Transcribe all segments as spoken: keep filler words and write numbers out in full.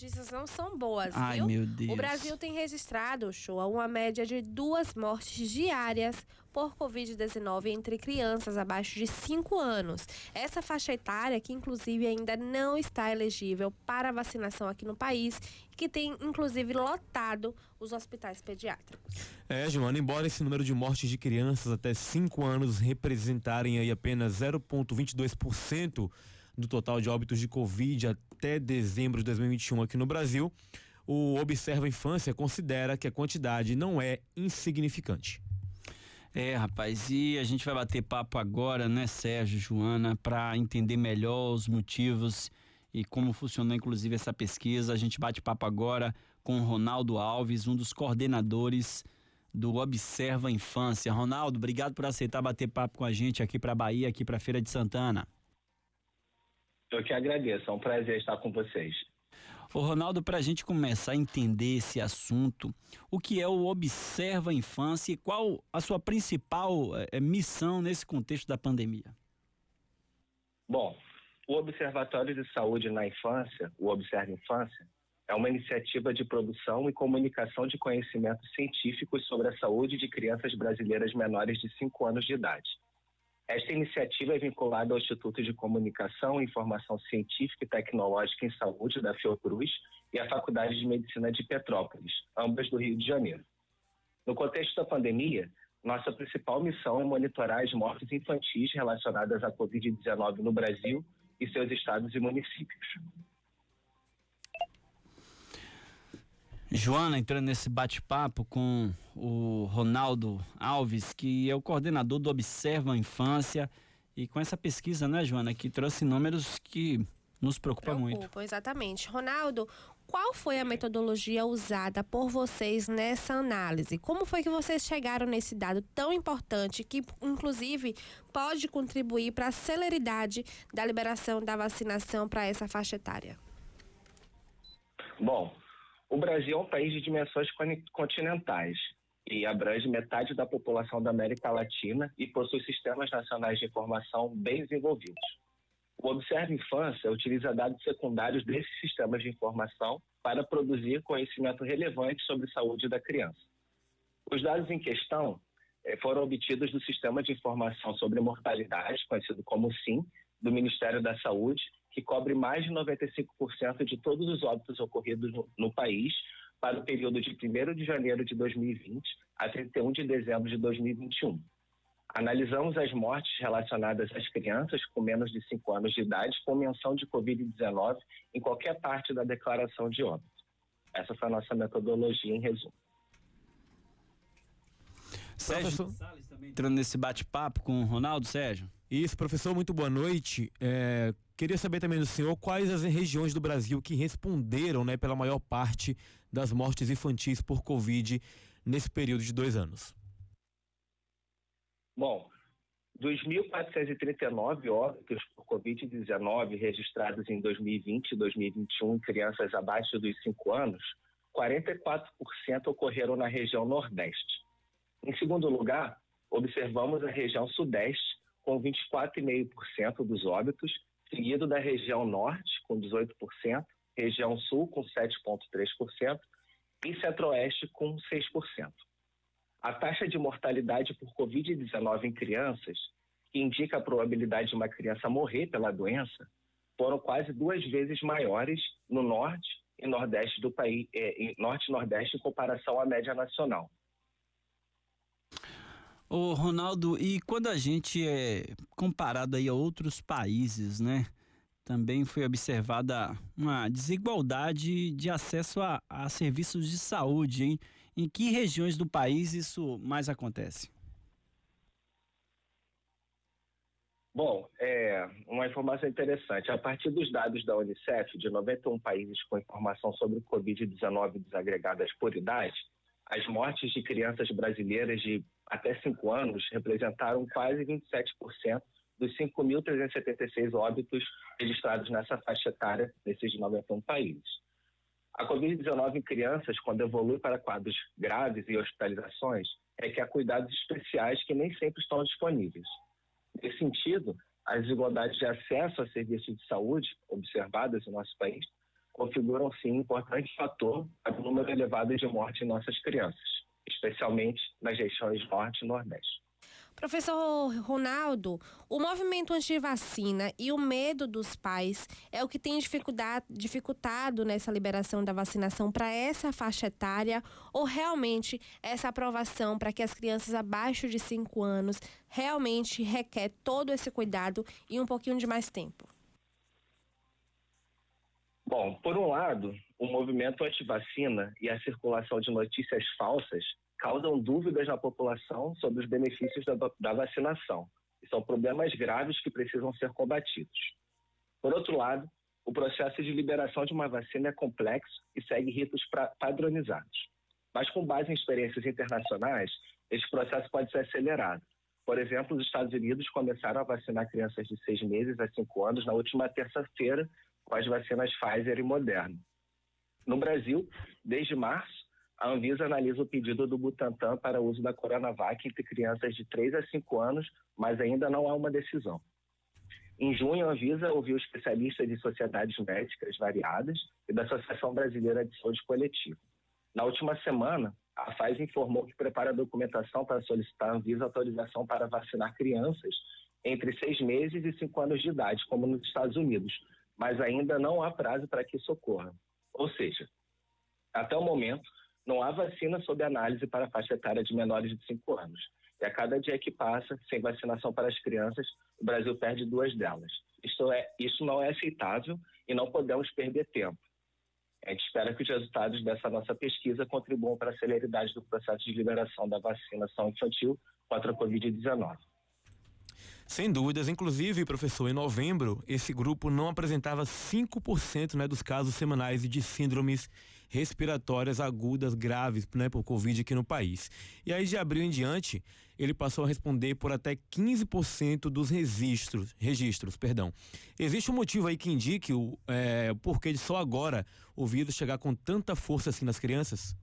notícias não são boas, Ai, viu? meu Deus. O Brasil tem registrado, Shoa, uma média de duas mortes diárias por covid dezenove entre crianças abaixo de cinco anos. Essa faixa etária que, inclusive, ainda não está elegível para vacinação aqui no país, que tem, inclusive, lotado os hospitais pediátricos. É, Joana, embora esse número de mortes de crianças até cinco anos representarem aí apenas zero vírgula vinte e dois por cento do total de óbitos de Covid até dezembro de dois mil e vinte e um aqui no Brasil, o Observa Infância considera que a quantidade não é insignificante. É, rapaz, e a gente vai bater papo agora, né, Sérgio, Joana, para entender melhor os motivos e como funcionou, inclusive, essa pesquisa. A gente bate papo agora com o Ronaldo Alves, um dos coordenadores do Observa Infância. Ronaldo, obrigado por aceitar bater papo com a gente aqui para Bahia, aqui para Feira de Santana. Eu que agradeço, é um prazer estar com vocês. Ô Ronaldo, para a gente começar a entender esse assunto, o que é o Observa Infância e qual a sua principal é, missão nesse contexto da pandemia? Bom, o Observatório de Saúde na Infância, o Observa Infância, é uma iniciativa de produção e comunicação de conhecimentos científicos sobre a saúde de crianças brasileiras menores de cinco anos de idade. Esta iniciativa é vinculada ao Instituto de Comunicação e Informação Científica e Tecnológica em Saúde da Fiocruz e à Faculdade de Medicina de Petrópolis, ambas do Rio de Janeiro. No contexto da pandemia, nossa principal missão é monitorar as mortes infantis relacionadas à covid dezenove no Brasil e seus estados e municípios. Joana, entrando nesse bate-papo com o Ronaldo Alves, que é o coordenador do Observa Infância, e com essa pesquisa, né, Joana, que trouxe números que nos preocupam muito. Preocupa, exatamente. Ronaldo, qual foi a metodologia usada por vocês nessa análise? Como foi que vocês chegaram nesse dado tão importante que, inclusive, pode contribuir para a celeridade da liberação da vacinação para essa faixa etária? Bom, o Brasil é um país de dimensões continentais e abrange metade da população da América Latina e possui sistemas nacionais de informação bem desenvolvidos. O Observa Infância utiliza dados secundários desses sistemas de informação para produzir conhecimento relevante sobre a saúde da criança. Os dados em questão eh, foram obtidos do Sistema de Informação sobre Mortalidade, conhecido como SIM, do Ministério da Saúde, que cobre mais de noventa e cinco por cento de todos os óbitos ocorridos no, no país para o período de primeiro de janeiro de dois mil e vinte a trinta e um de dezembro de dois mil e vinte e um. Analisamos as mortes relacionadas às crianças com menos de cinco anos de idade com menção de covid dezenove em qualquer parte da declaração de óbito. Essa foi a nossa metodologia em resumo. Sérgio Salles também entrando nesse bate-papo com o Ronaldo. Sérgio. Isso, professor, muito boa noite. É, queria saber também do senhor quais as regiões do Brasil que responderam, né, pela maior parte das mortes infantis por Covid nesse período de dois anos. Bom, dos mil quatrocentos e trinta e nove óbitos por covid dezenove registrados em dois mil e vinte e dois mil e vinte e um em crianças abaixo dos cinco anos, quarenta e quatro por cento ocorreram na região Nordeste. Em segundo lugar, observamos a região Sudeste, com vinte e quatro vírgula cinco por cento dos óbitos, seguido da região Norte, com dezoito por cento, região Sul, com sete vírgula três por cento e Centro-Oeste, com seis por cento. A taxa de mortalidade por covid dezenove em crianças, que indica a probabilidade de uma criança morrer pela doença, foram quase duas vezes maiores no Norte e Nordeste do país, é, Norte e Nordeste em comparação à média nacional. Ô Ronaldo, e quando a gente é comparado aí a outros países, né? Também foi observada uma desigualdade de acesso a, a serviços de saúde, hein? Em que regiões do país isso mais acontece? Bom, é uma informação interessante. A partir dos dados da Unicef, de noventa e um países com informação sobre covid dezenove desagregadas por idade, as mortes de crianças brasileiras de até cinco anos representaram quase vinte e sete por cento dos cinco mil trezentos e setenta e seis óbitos registrados nessa faixa etária nesses noventa e um países. A covid dezenove em crianças, quando evolui para quadros graves e hospitalizações, é que há cuidados especiais que nem sempre estão disponíveis. Nesse sentido, as desigualdades de acesso a serviços de saúde observadas no nosso país configuram sim um importante fator para o número elevado de mortes em nossas crianças, especialmente nas regiões Norte e Nordeste. Professor Ronaldo, o movimento anti-vacina e o medo dos pais é o que tem dificuldade, dificultado nessa liberação da vacinação para essa faixa etária, ou realmente essa aprovação para que as crianças abaixo de cinco anos realmente requer todo esse cuidado e um pouquinho de mais tempo? Bom, por um lado, o movimento anti-vacina e a circulação de notícias falsas causam dúvidas na população sobre os benefícios da, da vacinação, e são problemas graves que precisam ser combatidos. Por outro lado, o processo de liberação de uma vacina é complexo e segue ritos pra, padronizados. Mas com base em experiências internacionais, esse processo pode ser acelerado. Por exemplo, os Estados Unidos começaram a vacinar crianças de seis meses a cinco anos na última terça-feira com as vacinas Pfizer e Moderna. No Brasil, desde março, a Anvisa analisa o pedido do Butantan para o uso da Coronavac entre crianças de três a cinco anos, mas ainda não há uma decisão. Em junho, a Anvisa ouviu especialistas de sociedades médicas variadas e da Associação Brasileira de Saúde Coletiva. Na última semana, a Pfizer informou que prepara a documentação para solicitar à Anvisa autorização para vacinar crianças entre seis meses e cinco anos de idade, como nos Estados Unidos, mas ainda não há prazo para que isso ocorra. Ou seja, até o momento, não há vacina sob análise para a faixa etária de menores de cinco anos. E a cada dia que passa, sem vacinação para as crianças, o Brasil perde duas delas. Isso, é, isso não é aceitável e não podemos perder tempo. A gente espera que os resultados dessa nossa pesquisa contribuam para a celeridade do processo de liberação da vacinação infantil contra a covid dezenove. Sem dúvidas, inclusive, professor, em novembro, esse grupo não apresentava cinco por cento, né, dos casos semanais de síndromes respiratórias agudas graves, né, por Covid aqui no país. E aí, de abril em diante, ele passou a responder por até quinze por cento dos registros, registros, perdão. Existe um motivo aí que indique o é, porquê de só agora o vírus chegar com tanta força assim nas crianças?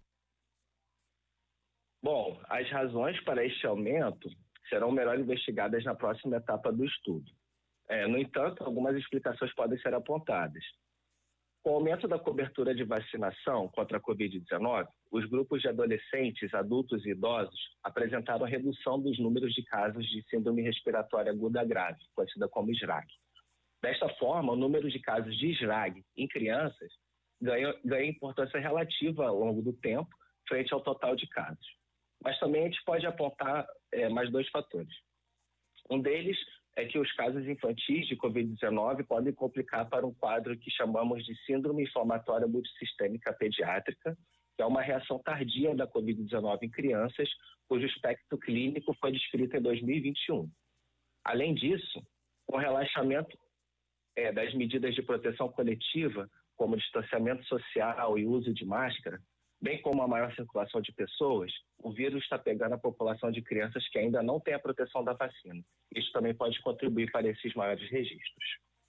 Bom, as razões para este aumento serão melhor investigadas na próxima etapa do estudo. É, no entanto, algumas explicações podem ser apontadas. Com o aumento da cobertura de vacinação contra a covid dezenove, os grupos de adolescentes, adultos e idosos apresentaram redução dos números de casos de síndrome respiratória aguda grave, conhecida como S R A G. Desta forma, o número de casos de S R A G em crianças ganha, ganha importância relativa ao longo do tempo, frente ao total de casos. Mas também a gente pode apontar é, mais dois fatores. Um deles é que os casos infantis de covid dezenove podem complicar para um quadro que chamamos de síndrome inflamatória multissistêmica pediátrica, que é uma reação tardia da covid dezenove em crianças, cujo espectro clínico foi descrito em dois mil e vinte e um. Além disso, com o relaxamento é, das medidas de proteção coletiva, como distanciamento social e uso de máscara, bem como a maior circulação de pessoas, o vírus está pegando a população de crianças que ainda não tem a proteção da vacina. Isso também pode contribuir para esses maiores registros.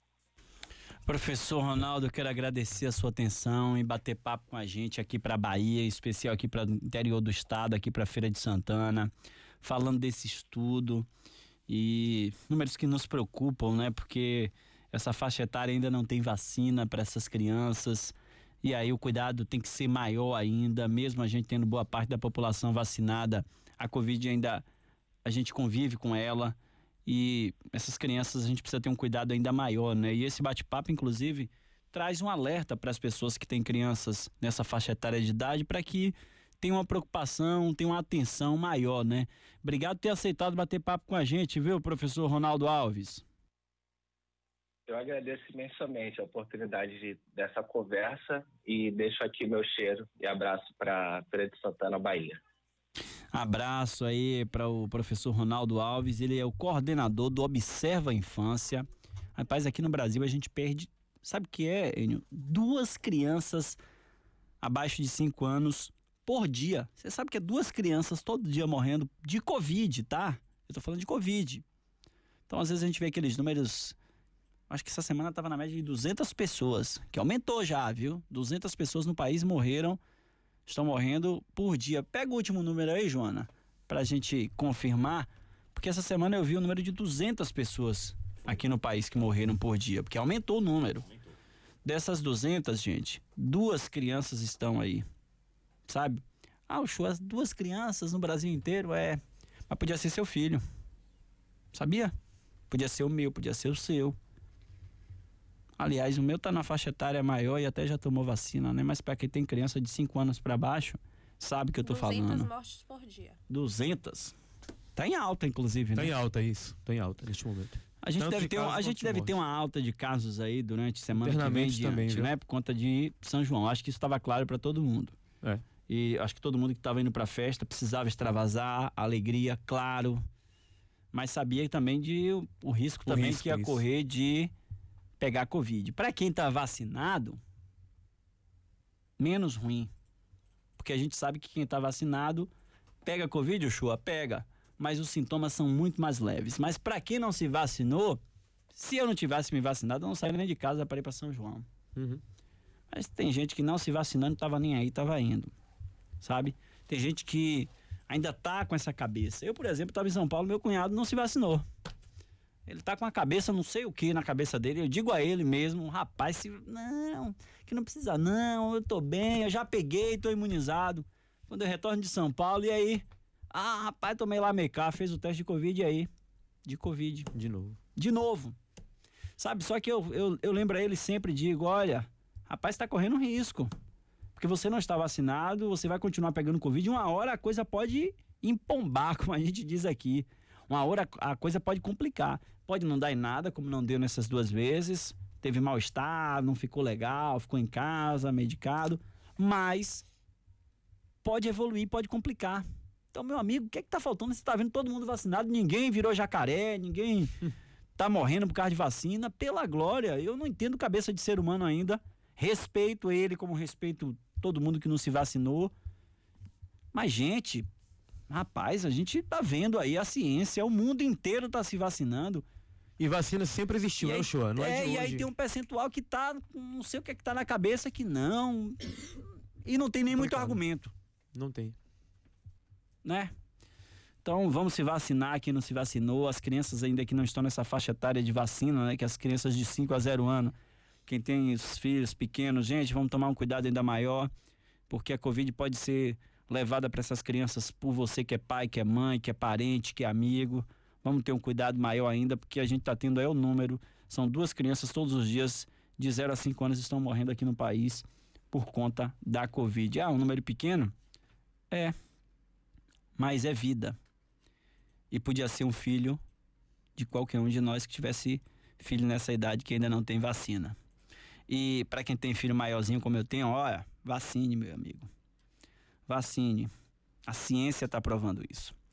Professor Ronaldo, eu quero agradecer a sua atenção e bater papo com a gente aqui para a Bahia, em especial aqui para o interior do estado, aqui para a Feira de Santana, falando desse estudo e números que nos preocupam, né? Porque essa faixa etária ainda não tem vacina para essas crianças. E aí o cuidado tem que ser maior ainda, mesmo a gente tendo boa parte da população vacinada, a Covid ainda, a gente convive com ela e essas crianças a gente precisa ter um cuidado ainda maior, né? E esse bate-papo, inclusive, traz um alerta para as pessoas que têm crianças nessa faixa etária de idade para que tenham uma preocupação, tenham uma atenção maior, né? Obrigado por ter aceitado bater papo com a gente, viu, professor Ronaldo Alves? Eu agradeço imensamente a oportunidade de, dessa conversa e deixo aqui meu cheiro e abraço para Feira de Santana, Bahia. Abraço aí para o professor Ronaldo Alves, ele é o coordenador do Observa a Infância. Rapaz, aqui no Brasil a gente perde, sabe o que é, Enio? Duas crianças abaixo de cinco anos por dia. Você sabe que é duas crianças todo dia morrendo de Covid, tá? Eu tô falando de Covid. Então às vezes a gente vê aqueles números... Acho que essa semana estava na média de duzentas pessoas, que aumentou já, viu? duzentas pessoas no país morreram, estão morrendo por dia. Pega o último número aí, Joana, pra gente confirmar, porque essa semana eu vi o número de duzentas pessoas aqui no país que morreram por dia, porque aumentou o número. Dessas duzentas, gente, duas crianças estão aí, sabe? Ah, o show, as duas crianças no Brasil inteiro, é... Mas podia ser seu filho, sabia? Podia ser o meu, podia ser o seu. Aliás, o meu tá na faixa etária maior e até já tomou vacina, né? Mas para quem tem criança de cinco anos para baixo, sabe o que eu tô falando. duzentas mortes por dia. duzentas? Tá em alta, inclusive, Tá né? em alta isso, tá em alta neste momento. A gente Tanto deve, de ter, um, casos a gente quanto de deve ter mortes. uma alta de casos aí durante a semana que vem Internamente diante, também, viu? né? Por conta de São João. Acho que isso estava claro para todo mundo. É. E acho que todo mundo que estava indo para festa precisava extravasar, alegria, claro. Mas sabia também de o, o risco O também risco, que ia isso. correr de pegar Covid. Para quem tá vacinado, menos ruim. Porque a gente sabe que quem tá vacinado pega Covid, o Chua, pega. Mas os sintomas são muito mais leves. Mas para quem não se vacinou, se eu não tivesse me vacinado, eu não sairia nem de casa para ir para São João. Uhum. Mas tem gente que não se vacinando, tava nem aí, tava indo. Sabe? Tem gente que ainda tá com essa cabeça. Eu, por exemplo, tava em São Paulo, meu cunhado não se vacinou. Ele tá com a cabeça, não sei o que na cabeça dele. Eu digo a ele mesmo, rapaz, se, não, que não precisa não, eu tô bem, eu já peguei, tô imunizado. Quando eu retorno de São Paulo, e aí? Ah, rapaz, tomei lá meio cá, fez o teste de Covid, e aí? De Covid. De novo. De novo. Sabe, só que eu, eu, eu lembro a ele sempre, digo, olha, rapaz, tá correndo risco. Porque você não está vacinado, você vai continuar pegando Covid, e uma hora a coisa pode empombar, como a gente diz aqui. Uma hora a coisa pode complicar. Pode não dar em nada, como não deu nessas duas vezes. Teve mal-estar, não ficou legal, ficou em casa, medicado. Mas pode evoluir, pode complicar. Então, meu amigo, o que é que tá faltando? Você tá vendo todo mundo vacinado, ninguém virou jacaré, ninguém tá morrendo por causa de vacina. Pela glória, eu não entendo cabeça de ser humano ainda. Respeito ele como respeito todo mundo que não se vacinou. Mas, gente... Rapaz, a gente tá vendo aí a ciência, o mundo inteiro tá se vacinando. E vacina sempre existiu, E né, aí- Uchoa? Não é, é, de e hoje. aí tem um percentual que tá, não sei o que é que tá na cabeça que não. E não tem nem muito Complicado. argumento, Não tem. né? Então vamos se vacinar, quem não se vacinou, as crianças ainda que não estão nessa faixa etária de vacina, né? Que as crianças de cinco a zero ano, quem tem os filhos pequenos, gente, vamos tomar um cuidado ainda maior, porque a Covid pode ser levada para essas crianças por você que é pai, que é mãe, que é parente, que é amigo. Vamos ter um cuidado maior ainda, porque a gente está tendo aí o número. São duas crianças todos os dias de zero a cinco anos estão morrendo aqui no país por conta da Covid. Ah, um número pequeno? É. Mas é vida. E podia ser um filho de qualquer um de nós que tivesse filho nessa idade que ainda não tem vacina. E para quem tem filho maiorzinho como eu tenho, olha, vacine, meu amigo. Vacine. A ciência está provando isso.